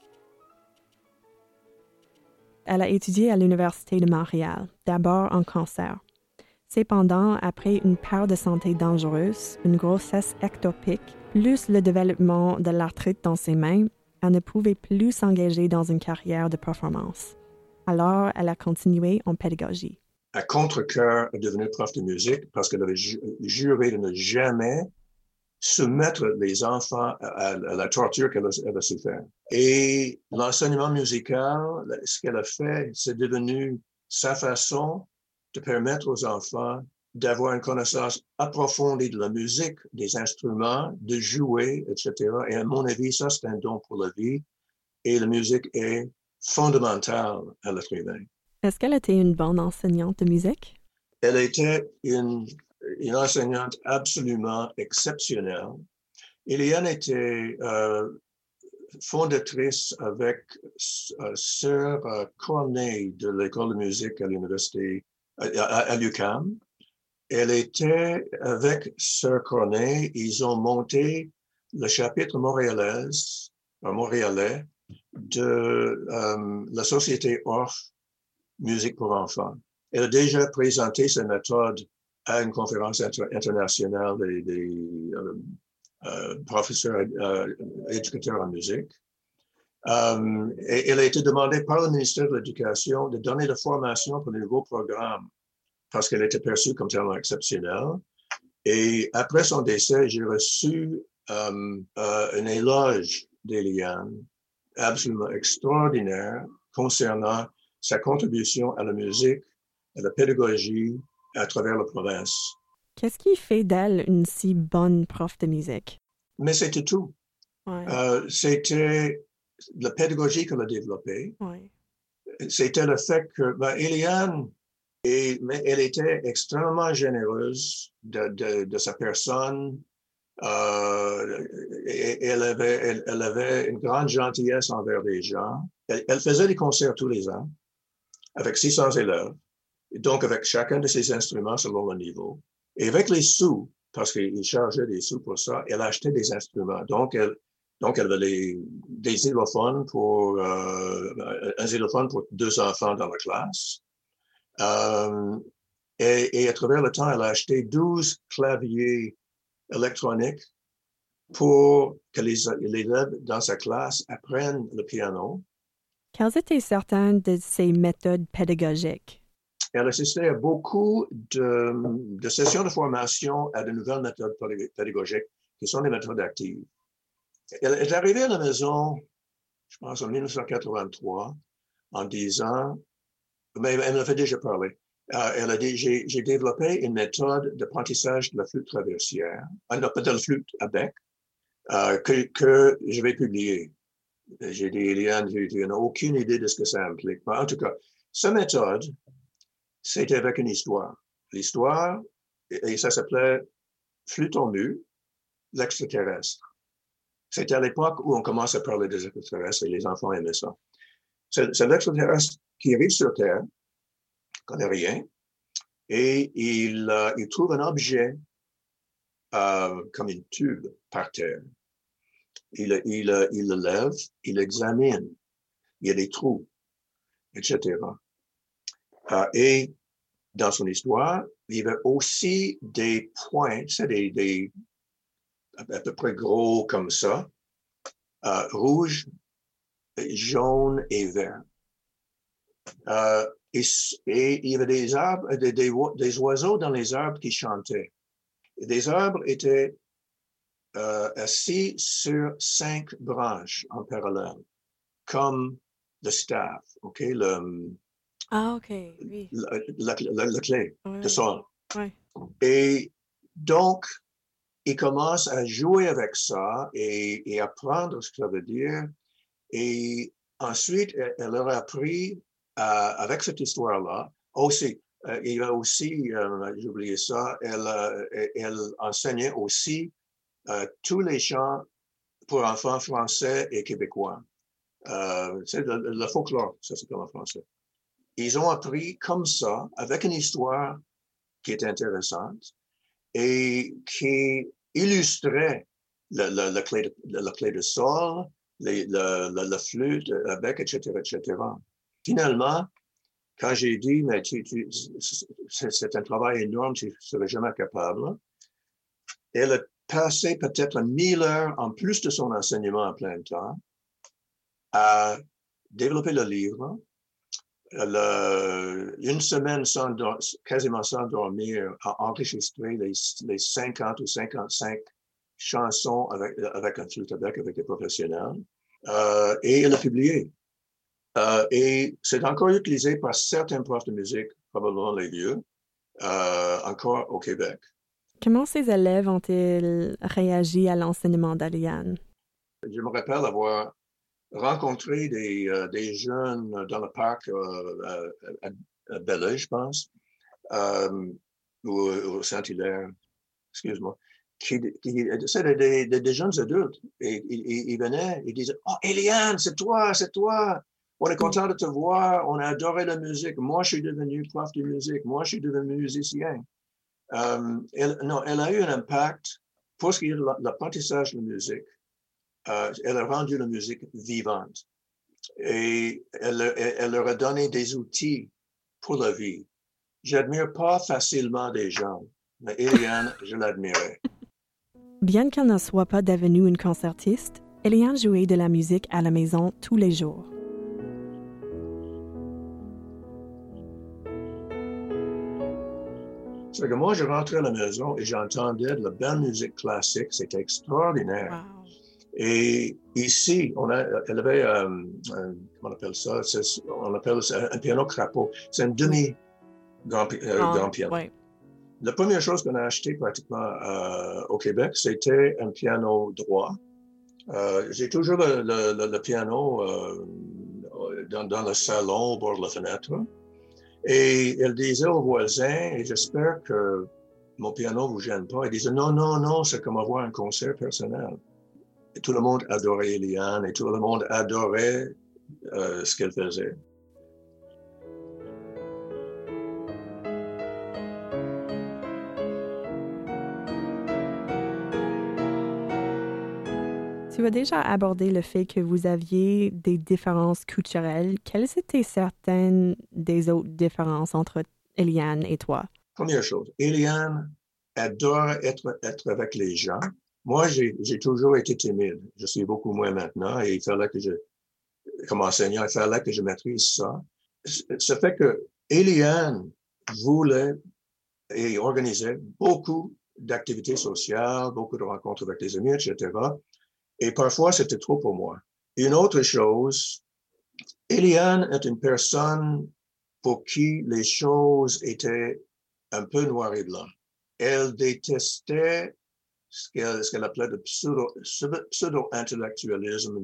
Elle a étudié à l'Université de Montréal, d'abord en cancer. Cependant, après une perte de santé dangereuse, une grossesse ectopique, plus le développement de l'arthrite dans ses mains, elle ne pouvait plus s'engager dans une carrière de performance. Alors, elle a continué en pédagogie. À contre-cœur, elle est devenue prof de musique parce qu'elle avait juré de ne jamais soumettre les enfants à la torture qu'elle a souffert. Et l'enseignement musical, ce qu'elle a fait, c'est devenu sa façon de permettre aux enfants d'avoir une connaissance approfondie de la musique, des instruments, de jouer, etc. Et à mon avis, ça, c'est un don pour la vie. Et la musique est fondamentale à l'être humain. Est-ce qu'elle était une bonne enseignante de musique? Elle était une enseignante absolument exceptionnelle. Eliane était fondatrice avec Sœur Corneille de l'école de musique à l'université à l'UQAM. Elle était avec Sœur Corneille, ils ont monté le chapitre montréalais de la Société Orff Musique pour enfants. Elle a déjà présenté sa méthode à une conférence internationale des professeurs éducateurs en musique. Et elle a été demandée par le ministère de l'Éducation de donner de formation pour les nouveaux programmes parce qu'elle était perçue comme tellement exceptionnelle. Et après son décès, j'ai reçu un éloge d'Eliane absolument extraordinaire concernant sa contribution à la musique, à la pédagogie à travers la province. Qu'est-ce qui fait d'elle une si bonne prof de musique? Mais c'était tout. Ouais. C'était la pédagogie qu'elle a développée. Ouais. C'était le fait que Eliane, elle était extrêmement généreuse de sa personne. Elle avait une grande gentillesse envers les gens. Elle faisait des concerts tous les ans avec 600 élèves, donc avec chacun de ses instruments selon le niveau. Et avec les sous parce qu'il chargeait des sous pour ça. Elle achetait des instruments. Donc, elle avait des xylophones un xylophone pour 2 enfants dans la classe. Et à travers le temps, elle a acheté 12 claviers électroniques pour que les élèves dans sa classe apprennent le piano. Quelles étaient certaines de ces méthodes pédagogiques? Elle assistait à beaucoup de sessions de formation à de nouvelles méthodes pédagogiques qui sont des méthodes actives. Elle est arrivée à la maison, je pense, en 1983, en disant, mais elle m'en avait déjà parlé, elle a dit, j'ai développé une méthode d'apprentissage de la flûte traversière, non, pas de la flûte à bec, que je vais publier. J'ai dit, Eliane, tu n'as aucune idée de ce que ça implique. Mais en tout cas, cette méthode, c'était avec une histoire. L'histoire, et ça s'appelait Flûte en mu, l'extraterrestre. C'était à l'époque où on commence à parler des extraterrestres et les enfants aimaient ça. C'est l'extraterrestre qui arrive sur Terre, ne connaît rien, et il trouve un objet comme une tube par terre. Il le lève, il l'examine, il y a des trous, etc. Et dans son histoire, il y avait aussi des points, c'est des à peu près gros comme ça, rouge, jaune et vert. Et il y avait des arbres, des oiseaux dans les arbres qui chantaient. Et des arbres étaient assis sur 5 branches en parallèle, comme le staff, OK? Ah, OK, oui. La clé de sol. Oui. Et donc, il commence à jouer avec ça et apprendre ce que ça veut dire. Et ensuite, elle leur a appris, avec cette histoire-là, aussi, il y a aussi, j'ai oublié ça, elle enseignait aussi tous les chants pour enfants français et québécois. C'est le folklore, ça s'appelle en français. Ils ont appris comme ça, avec une histoire qui est intéressante et qui illustrait la clé de sol, la flûte, le bec, etc., etc. Finalement, quand j'ai dit, mais c'est un travail énorme, tu ne serais jamais capable, elle a passé peut-être 1000 heures en plus de son enseignement à plein temps à développer le livre. Une semaine quasiment sans dormir, à enregistrer les 50 ou 55 chansons avec un flûte à bec, avec des professionnels. Et elle a publié. Et c'est encore utilisé par certains profs de musique, probablement les vieux, encore au Québec. Comment ces élèves ont-ils réagi à l'enseignement d'Eliane? Je me rappelle avoir rencontré des jeunes dans le parc à Belleuil, je pense, ou au Saint-Hilaire, excuse-moi, c'était des jeunes adultes. Et ils venaient, ils disaient, « Oh, Eliane, c'est toi, c'est toi! On est content de te voir, on a adoré la musique. Moi, je suis devenu prof de musique. Moi, je suis devenu musicien. » Elle a eu un impact pour ce qui est de l'apprentissage de la musique. Elle a rendu la musique vivante et elle leur a donné des outils pour la vie. J'admire pas facilement des gens, mais Eliane, je l'admirais. Bien qu'elle ne soit pas devenue une concertiste, Eliane jouait de la musique à la maison tous les jours. C'est que moi, je rentrais à la maison et j'entendais de la belle musique classique. C'était extraordinaire. Wow. Et ici, elle avait, comment on appelle ça? On appelle ça un piano crapaud. C'est un demi-grand piano. Ouais. La première chose qu'on a acheté pratiquement au Québec, c'était un piano droit. J'ai toujours le piano dans le salon au bord de la fenêtre. Et elle disait aux voisins, et j'espère que mon piano ne vous gêne pas. Elle disait, non, c'est comme avoir un concert personnel. Et tout le monde adorait Eliane et tout le monde adorait ce qu'elle faisait. Tu as déjà abordé le fait que vous aviez des différences culturelles. Quelles étaient certaines des autres différences entre Eliane et toi? Première chose, Eliane adore être avec les gens. Moi, j'ai toujours été timide. Je suis beaucoup moins maintenant et il fallait que comme enseignant, il fallait que je maîtrise ça. Ça fait que Eliane voulait et organisait beaucoup d'activités sociales, beaucoup de rencontres avec des amis, etc. Et parfois, c'était trop pour moi. Une autre chose, Eliane est une personne pour qui les choses étaient un peu noir et blanc. Elle détestait ce qu'elle appelait le pseudo-intellectualisme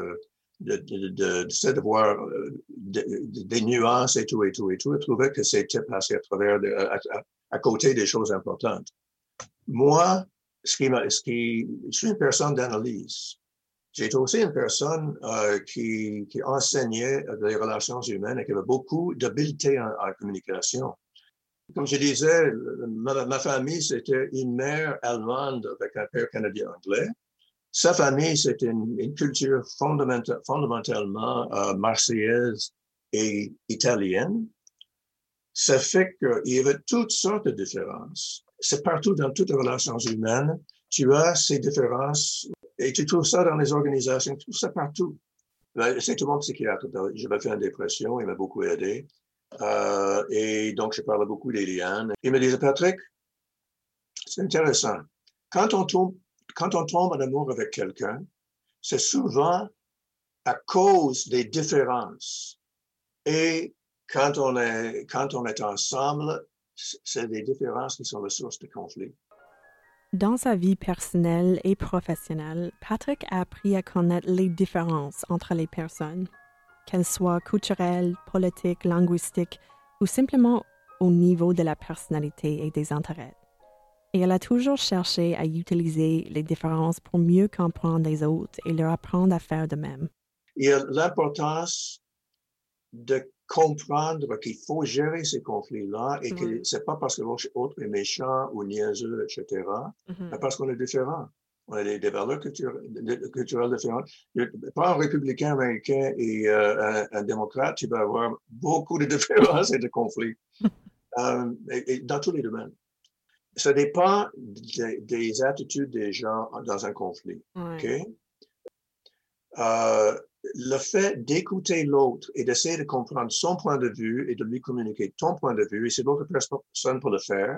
de voir des nuances et tout. Elle trouvait que c'était passé à côté des choses importantes. Moi, je suis une personne d'analyse. J'étais aussi une personne qui enseignait les relations humaines et qui avait beaucoup d'habileté en communication. Comme je disais, ma famille, c'était une mère allemande avec un père canadien-anglais. Sa famille, c'était une culture fondamentalement marseillaise et italienne. Ça fait qu'il y avait toutes sortes de différences. C'est partout dans toutes les relations humaines. Tu as ces différences et tu trouves ça dans les organisations, tu trouves ça partout. C'est tout mon psychiatre. J'avais fait une dépression, il m'a beaucoup aidé. Et donc, je parlais beaucoup d'Eliane. Il me disait, Patrick, c'est intéressant. Quand on tombe en amour avec quelqu'un, c'est souvent à cause des différences. Et quand on est ensemble, c'est des différences qui sont la source de conflit. Dans sa vie personnelle et professionnelle, Patrick a appris à connaître les différences entre les personnes, qu'elles soient culturelles, politiques, linguistiques ou simplement au niveau de la personnalité et des intérêts. Et elle a toujours cherché à utiliser les différences pour mieux comprendre les autres et leur apprendre à faire de même. Il y a l'importance de comprendre qu'il faut gérer ces conflits-là et que c'est pas parce que l'autre est méchant ou niaiseux, etc., mais parce qu'on est différents. On a des valeurs culturelles différentes. Pas un républicain américain et un démocrate, tu vas avoir beaucoup de différences et de conflits et dans tous les domaines. Ça dépend des attitudes des gens dans un conflit. Okay? Le fait d'écouter l'autre et d'essayer de comprendre son point de vue et de lui communiquer ton point de vue, et c'est l'autre personne pour le faire,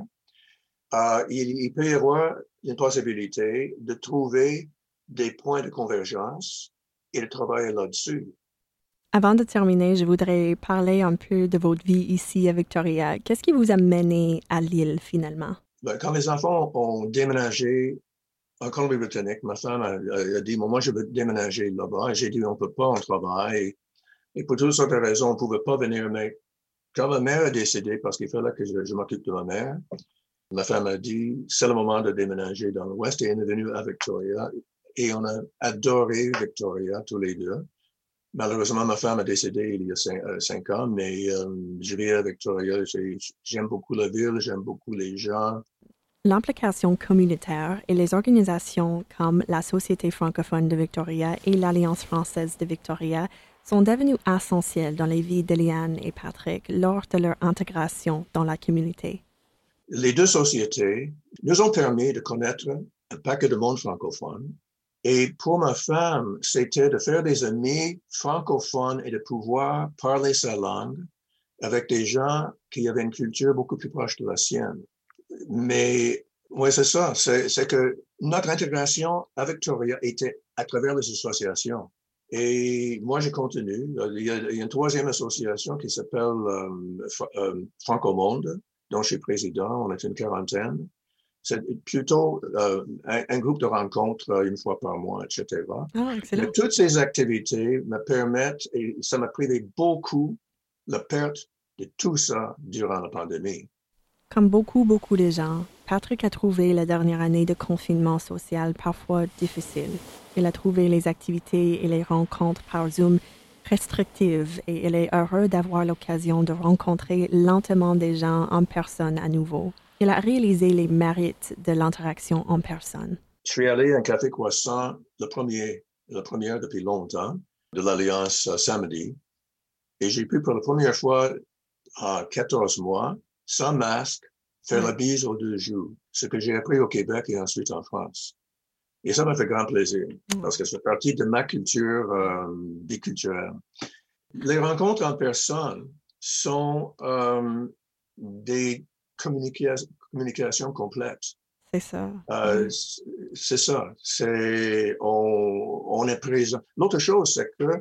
il peut y avoir une possibilité de trouver des points de convergence et de travailler là-dessus. Avant de terminer, je voudrais parler un peu de votre vie ici à Victoria. Qu'est-ce qui vous a mené à l'île finalement? Quand les enfants ont déménagé en Colombie-Britannique, ma femme a dit, moi, je veux déménager là-bas. J'ai dit, on peut pas, on travaille. Et pour toutes sortes de raisons, on pouvait pas venir. Mais quand ma mère a décédé, parce qu'il fallait que je m'occupe de ma mère, ma femme a dit, c'est le moment de déménager dans l'Ouest et elle est venue à Victoria. Et on a adoré Victoria, tous les deux. Malheureusement, ma femme a décédé il y a 5 ans, mais je vis à Victoria. J'aime beaucoup la ville, j'aime beaucoup les gens. L'implication communautaire et les organisations comme la Société francophone de Victoria et l'Alliance française de Victoria sont devenues essentielles dans les vies d'Eliane et Patrick lors de leur intégration dans la communauté. Les deux sociétés nous ont permis de connaître un paquet de monde francophone. Et pour ma femme, c'était de faire des amis francophones et de pouvoir parler sa langue avec des gens qui avaient une culture beaucoup plus proche de la sienne. Mais oui, c'est ça. C'est que notre intégration à Victoria était à travers les associations. Et moi, je continue. Il y a une troisième association qui s'appelle Francomonde, dont je suis président. On est une quarantaine. C'est plutôt un groupe de rencontres une fois par mois, etc. Ah, excellent. Mais toutes ces activités me permettent, et ça m'a privé beaucoup, la perte de tout ça durant la pandémie. Comme beaucoup de gens, Patrick a trouvé la dernière année de confinement social parfois difficile. Il a trouvé les activités et les rencontres par Zoom restrictives et il est heureux d'avoir l'occasion de rencontrer lentement des gens en personne à nouveau. Il a réalisé les mérites de l'interaction en personne. Je suis allé à un café croissant le 1er la première depuis longtemps, de l'Alliance Samedi. Et j'ai pu pour la première fois en 14 mois, sans masque, faire la bise aux deux joues, ce que j'ai appris au Québec et ensuite en France. Et ça m'a fait grand plaisir, parce que c'est partie de ma culture biculturelle. Les rencontres en personne sont des communications complètes. C'est ça. C'est ça. On est présent. L'autre chose, c'est que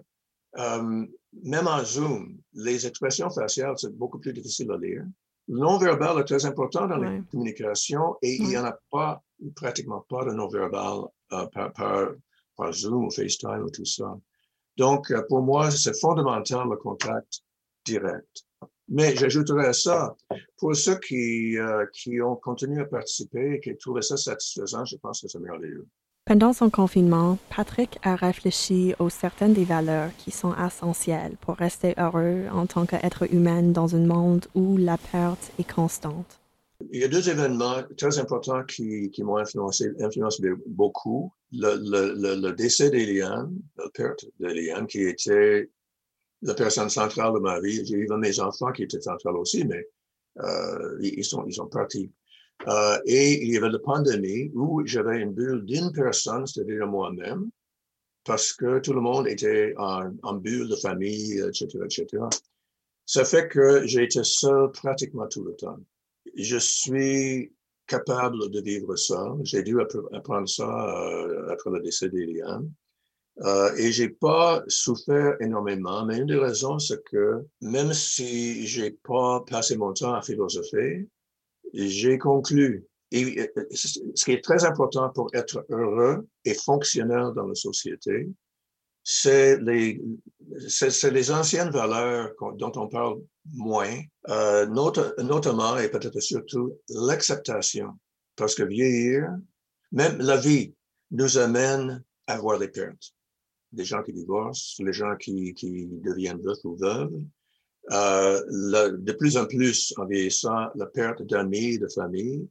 même en Zoom, les expressions faciales, c'est beaucoup plus difficile à lire. Le non-verbal est très important dans les communications et il n'y en a pas, pratiquement pas de non-verbal par Zoom ou FaceTime ou tout ça. Donc, pour moi, c'est fondamental le contact direct. Mais j'ajouterais à ça, pour ceux qui ont continué à participer et qui trouvaient ça satisfaisant, je pense que c'est merveilleux. Pendant son confinement, Patrick a réfléchi aux certaines des valeurs qui sont essentielles pour rester heureux en tant qu'être humain dans un monde où la perte est constante. Il y a deux événements très importants qui m'ont influencé beaucoup. Le décès d'Eliane, la perte d'Eliane, qui était la personne centrale de ma vie. J'ai eu mes enfants qui étaient centrales aussi, mais ils sont partis. Et il y avait la pandémie où j'avais une bulle d'une personne, c'est-à-dire moi-même, parce que tout le monde était en bulle de famille, etc., etc. Ça fait que j'ai été seul pratiquement tout le temps. Je suis capable de vivre ça. J'ai dû apprendre ça après le décès d'Eliane. Et j'ai pas souffert énormément, mais une des raisons, c'est que même si j'ai pas passé mon temps à philosopher, j'ai conclu. Et ce qui est très important pour être heureux et fonctionnel dans la société, c'est les anciennes valeurs dont on parle moins, notamment et peut-être surtout l'acceptation. Parce que vieillir, même la vie, nous amène à voir les pertes. Des gens qui divorcent, les gens qui deviennent veufs ou veuves. De plus en plus, en vieillissant, la perte d'amis, de famille,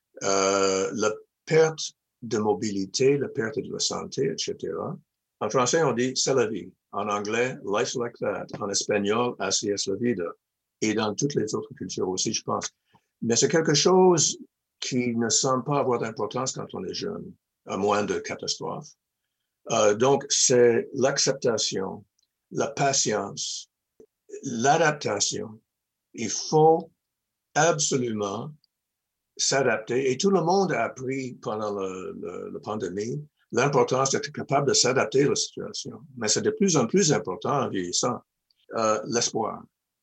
la perte de mobilité, la perte de la santé, etc. En français, on dit « c'est la vie ». En anglais, « life's like that ». En espagnol, « así es la vida ». Et dans toutes les autres cultures aussi, je pense. Mais c'est quelque chose qui ne semble pas avoir d'importance quand on est jeune, à moins de catastrophes. Donc, c'est l'acceptation, la patience, l'adaptation. Il faut absolument s'adapter. Et tout le monde a appris pendant la pandémie l'importance d'être capable de s'adapter à la situation. Mais c'est de plus en plus important en vieillissant. L'espoir.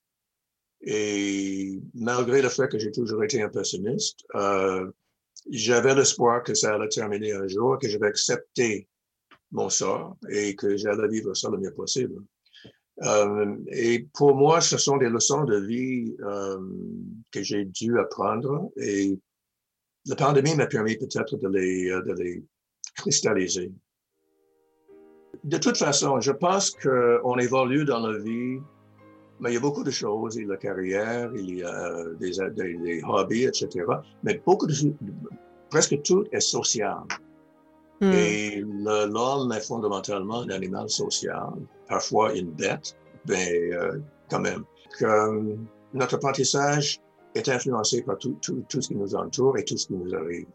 Et malgré le fait que j'ai toujours été un pessimiste, j'avais l'espoir que ça allait terminer un jour, que je vais accepter mon sort et que j'allais vivre ça le mieux possible. Et pour moi, ce sont des leçons de vie que j'ai dû apprendre et la pandémie m'a permis peut-être de les cristalliser. De toute façon, je pense qu'on évolue dans la vie, mais il y a beaucoup de choses. Il y a la carrière, il y a des hobbies, etc. Mais presque tout est social. Et l'homme est fondamentalement un animal social, parfois une bête, mais quand même. Que notre apprentissage est influencé par tout ce qui nous entoure et tout ce qui nous arrive.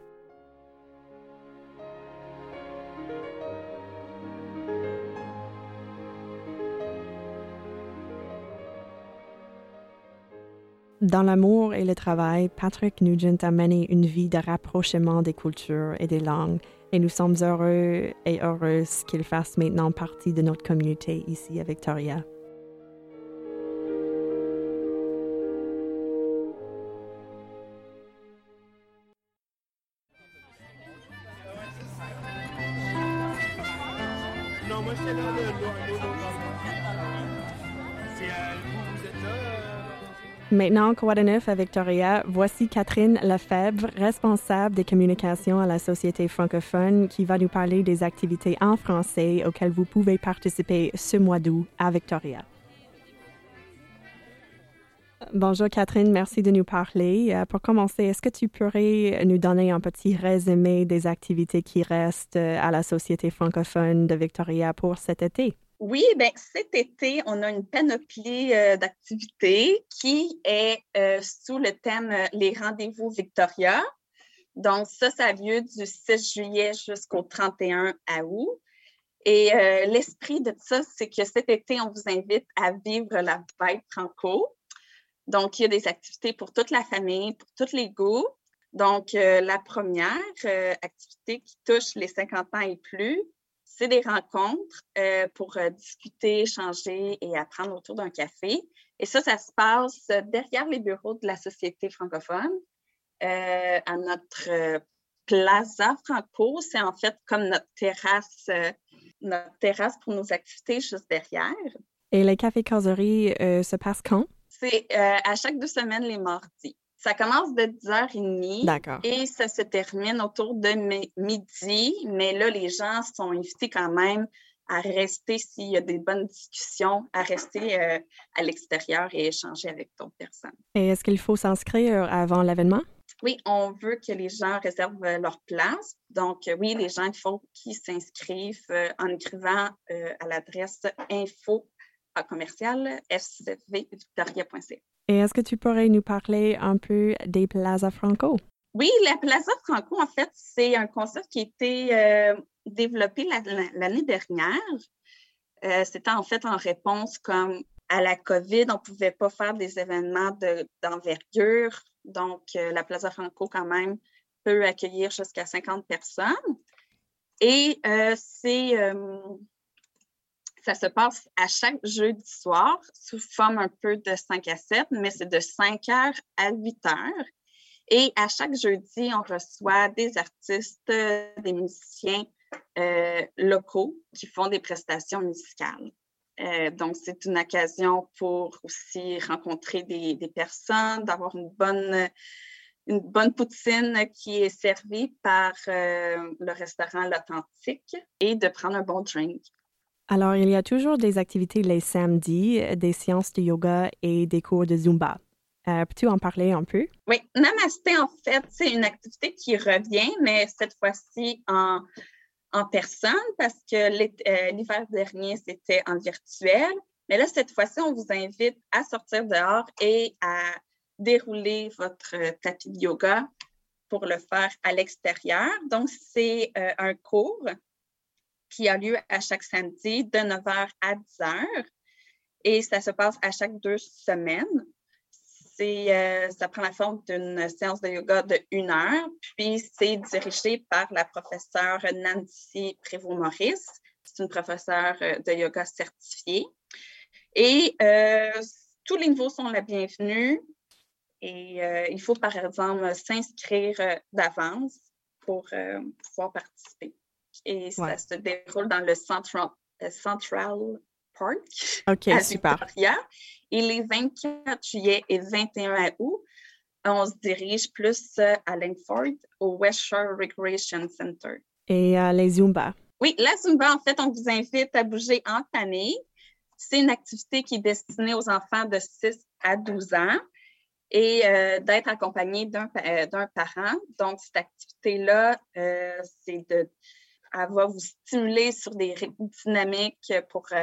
Dans l'amour et le travail, Patrick Nugent a mené une vie de rapprochement des cultures et des langues, et nous sommes heureux et heureuses qu'il fasse maintenant partie de notre communauté ici à Victoria. Non, moi j'étais là, vous êtes là. Maintenant, Quoi de neuf à Victoria, voici Catherine Lefebvre, responsable des communications à la Société francophone, qui va nous parler des activités en français auxquelles vous pouvez participer ce mois d'août à Victoria. Bonjour Catherine, merci de nous parler. Pour commencer, est-ce que tu pourrais nous donner un petit résumé des activités qui restent à la Société francophone de Victoria pour cet été? Oui, bien cet été, on a une panoplie d'activités qui est sous le thème Les rendez-vous Victoria. Donc ça a lieu du 6 juillet jusqu'au 31 août. Et l'esprit de ça, c'est que cet été, on vous invite à vivre la vibe franco. Donc, il y a des activités pour toute la famille, pour tous les goûts. Donc, la première activité qui touche les 50 ans et plus, c'est des rencontres pour discuter, échanger et apprendre autour d'un café. Et ça se passe derrière les bureaux de la Société francophone, à notre Plaza Franco. C'est en fait comme notre terrasse pour nos activités juste derrière. Et les cafés-causeries se passent quand? C'est à chaque 2 semaines, les mardis. Ça commence de 10h30. D'accord. Et ça se termine autour de midi. Mais là, les gens sont invités quand même à rester, s'il y a des bonnes discussions, à rester à l'extérieur et échanger avec d'autres personnes. Et est-ce qu'il faut s'inscrire avant l'événement? Oui, on veut que les gens réservent leur place. Donc, oui, les gens, il faut qu'ils s'inscrivent en écrivant à l'adresse info@fcvvictoria.ca. Et est-ce que tu pourrais nous parler un peu des Plaza Franco? Oui, la Plaza Franco, en fait, c'est un concept qui a été développé l'année dernière. C'était en fait en réponse comme à la COVID, on ne pouvait pas faire des événements d'envergure. Donc, la Plaza Franco, quand même, peut accueillir jusqu'à 50 personnes. Et ça se passe à chaque jeudi soir, sous forme un peu de 5 à 7, mais c'est de 5h à 8h. Et à chaque jeudi, on reçoit des artistes, des musiciens locaux qui font des prestations musicales. Donc, c'est une occasion pour aussi rencontrer des personnes, d'avoir une bonne poutine qui est servie par le restaurant L'Authentique et de prendre un bon drink. Alors, il y a toujours des activités les samedis, des séances de yoga et des cours de Zumba. Peux-tu en parler un peu? Oui, Namasté, en fait, c'est une activité qui revient, mais cette fois-ci en personne parce que l'hiver dernier, c'était en virtuel. Mais là, cette fois-ci, on vous invite à sortir dehors et à dérouler votre tapis de yoga pour le faire à l'extérieur. Donc, c'est un cours qui a lieu à chaque samedi de 9h à 10h et ça se passe à chaque 2 semaines. Ça prend la forme d'une séance de yoga de 1 heure, puis c'est dirigé par la professeure Nancy Prévost-Maurice. C'est une professeure de yoga certifiée. Et tous les niveaux sont la bienvenue. Et il faut, par exemple, s'inscrire d'avance pour pouvoir participer. Et ça se déroule dans le Central Park à Victoria. Et les 24 juillet et 21 août, on se dirige plus à Langford, au West Shore Recreation Center. Et les Zumba? Oui, la Zumba, en fait, on vous invite à bouger en famille. C'est une activité qui est destinée aux enfants de 6 à 12 ans et d'être accompagné d'un parent. Donc, cette activité-là, elle va vous stimuler sur des rythmes dynamiques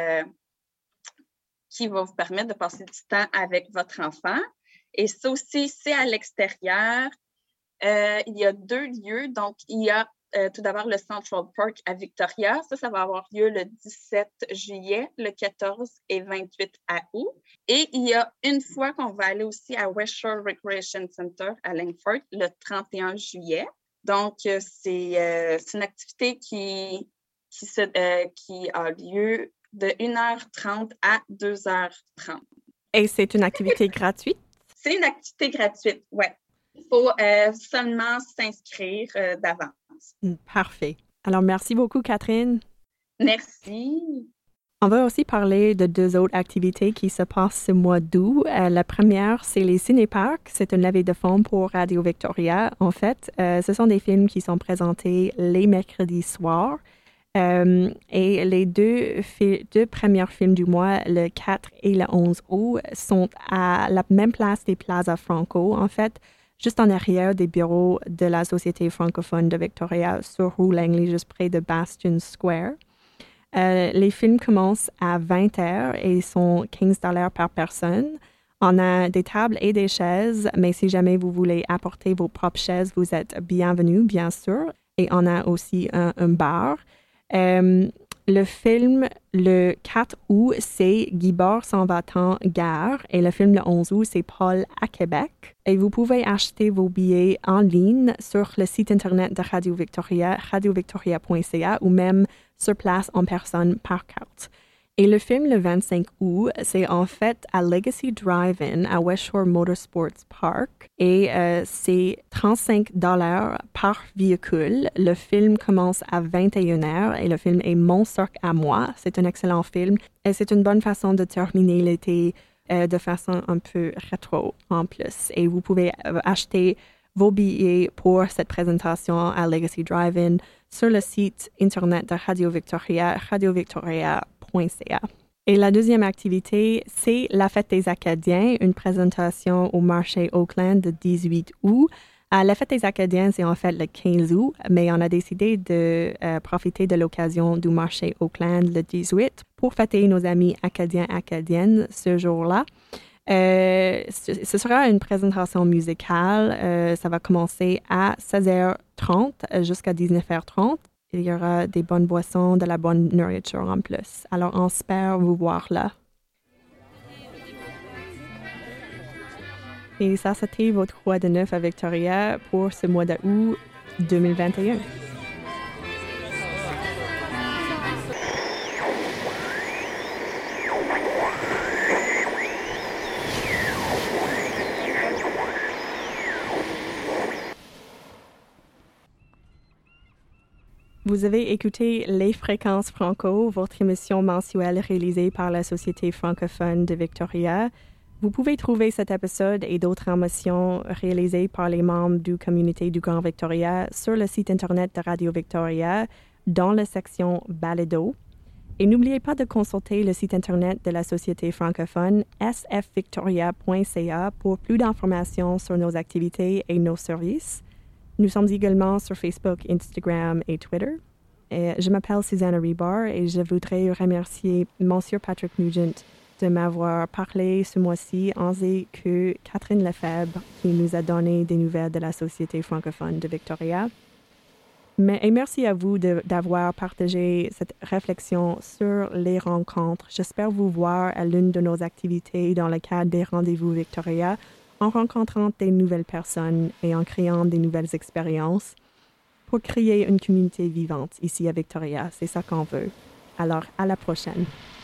qui va vous permettre de passer du temps avec votre enfant. Et ça aussi, c'est à l'extérieur. Il y a 2 lieux. Donc, il y a tout d'abord le Central Park à Victoria. Ça va avoir lieu le 17 juillet, le 14 et 28 août. Et il y a une fois qu'on va aller aussi à West Shore Recreation Center à Langford, le 31 juillet. Donc, c'est une activité qui a lieu de 1h30 à 2h30. Et c'est une activité gratuite? C'est une activité gratuite, oui. Il faut seulement s'inscrire d'avance. Parfait. Alors, merci beaucoup, Catherine. Merci. On va aussi parler de 2 autres activités qui se passent ce mois d'août. La première, c'est les ciné-parcs. C'est une levée de fonds pour Radio Victoria. En fait, ce sont des films qui sont présentés les mercredis soirs. Et les deux premiers films du mois, le 4 et le 11 août, sont à la même place des Plaza Franco, en fait, juste en arrière des bureaux de la Société francophone de Victoria, sur rue Langley, juste près de Bastion Square. Les films commencent à 20h et sont $15 par personne. On a des tables et des chaises, mais si jamais vous voulez apporter vos propres chaises, vous êtes bienvenus, bien sûr. Et on a aussi un bar. Le film, le 4 août, c'est Guibord s'en va-t'en gare. Et le film, le 11 août, c'est Paul à Québec. Et vous pouvez acheter vos billets en ligne sur le site Internet de Radio Victoria, radiovictoria.ca, ou même sur place en personne par carte. Et le film, le 25 août, c'est en fait à Legacy Drive-In à West Shore Motorsports Park et c'est $35 par véhicule. Le film commence à 21h et le film est Mon Cirque à moi. C'est un excellent film et c'est une bonne façon de terminer l'été de façon un peu rétro en plus. Et vous pouvez acheter vos billets pour cette présentation à Legacy Drive-In sur le site Internet de Radio Victoria, radiovictoria.ca. Et la deuxième activité, c'est la Fête des Acadiens, une présentation au marché Oakland le 18 août. La Fête des Acadiens, c'est en fait le 15 août, mais on a décidé de profiter de l'occasion du marché Oakland le 18 pour fêter nos amis acadiens-acadiennes ce jour-là. Ce sera une présentation musicale. Ça va commencer à 16h30 jusqu'à 19h30. Il y aura des bonnes boissons, de la bonne nourriture en plus. Alors, on espère vous voir là. Et ça, c'était votre Roi de Neuf à Victoria pour ce mois d'août 2021. Vous avez écouté Les Fréquences Franco, votre émission mensuelle réalisée par la Société francophone de Victoria. Vous pouvez trouver cet épisode et d'autres émissions réalisées par les membres du communauté du Grand Victoria sur le site Internet de Radio Victoria dans la section Balado. Et n'oubliez pas de consulter le site Internet de la Société francophone sfvictoria.ca pour plus d'informations sur nos activités et nos services. Nous sommes également sur Facebook, Instagram et Twitter. Je m'appelle Susanna Rebar et je voudrais remercier Monsieur Patrick Nugent de m'avoir parlé ce mois-ci, ainsi que Catherine Lefebvre qui nous a donné des nouvelles de la Société francophone de Victoria. Et merci à vous d'avoir partagé cette réflexion sur les rencontres. J'espère vous voir à l'une de nos activités dans le cadre des Rendez-vous Victoria, en rencontrant des nouvelles personnes et en créant des nouvelles expériences pour créer une communauté vivante ici à Victoria. C'est ça qu'on veut. Alors, à la prochaine.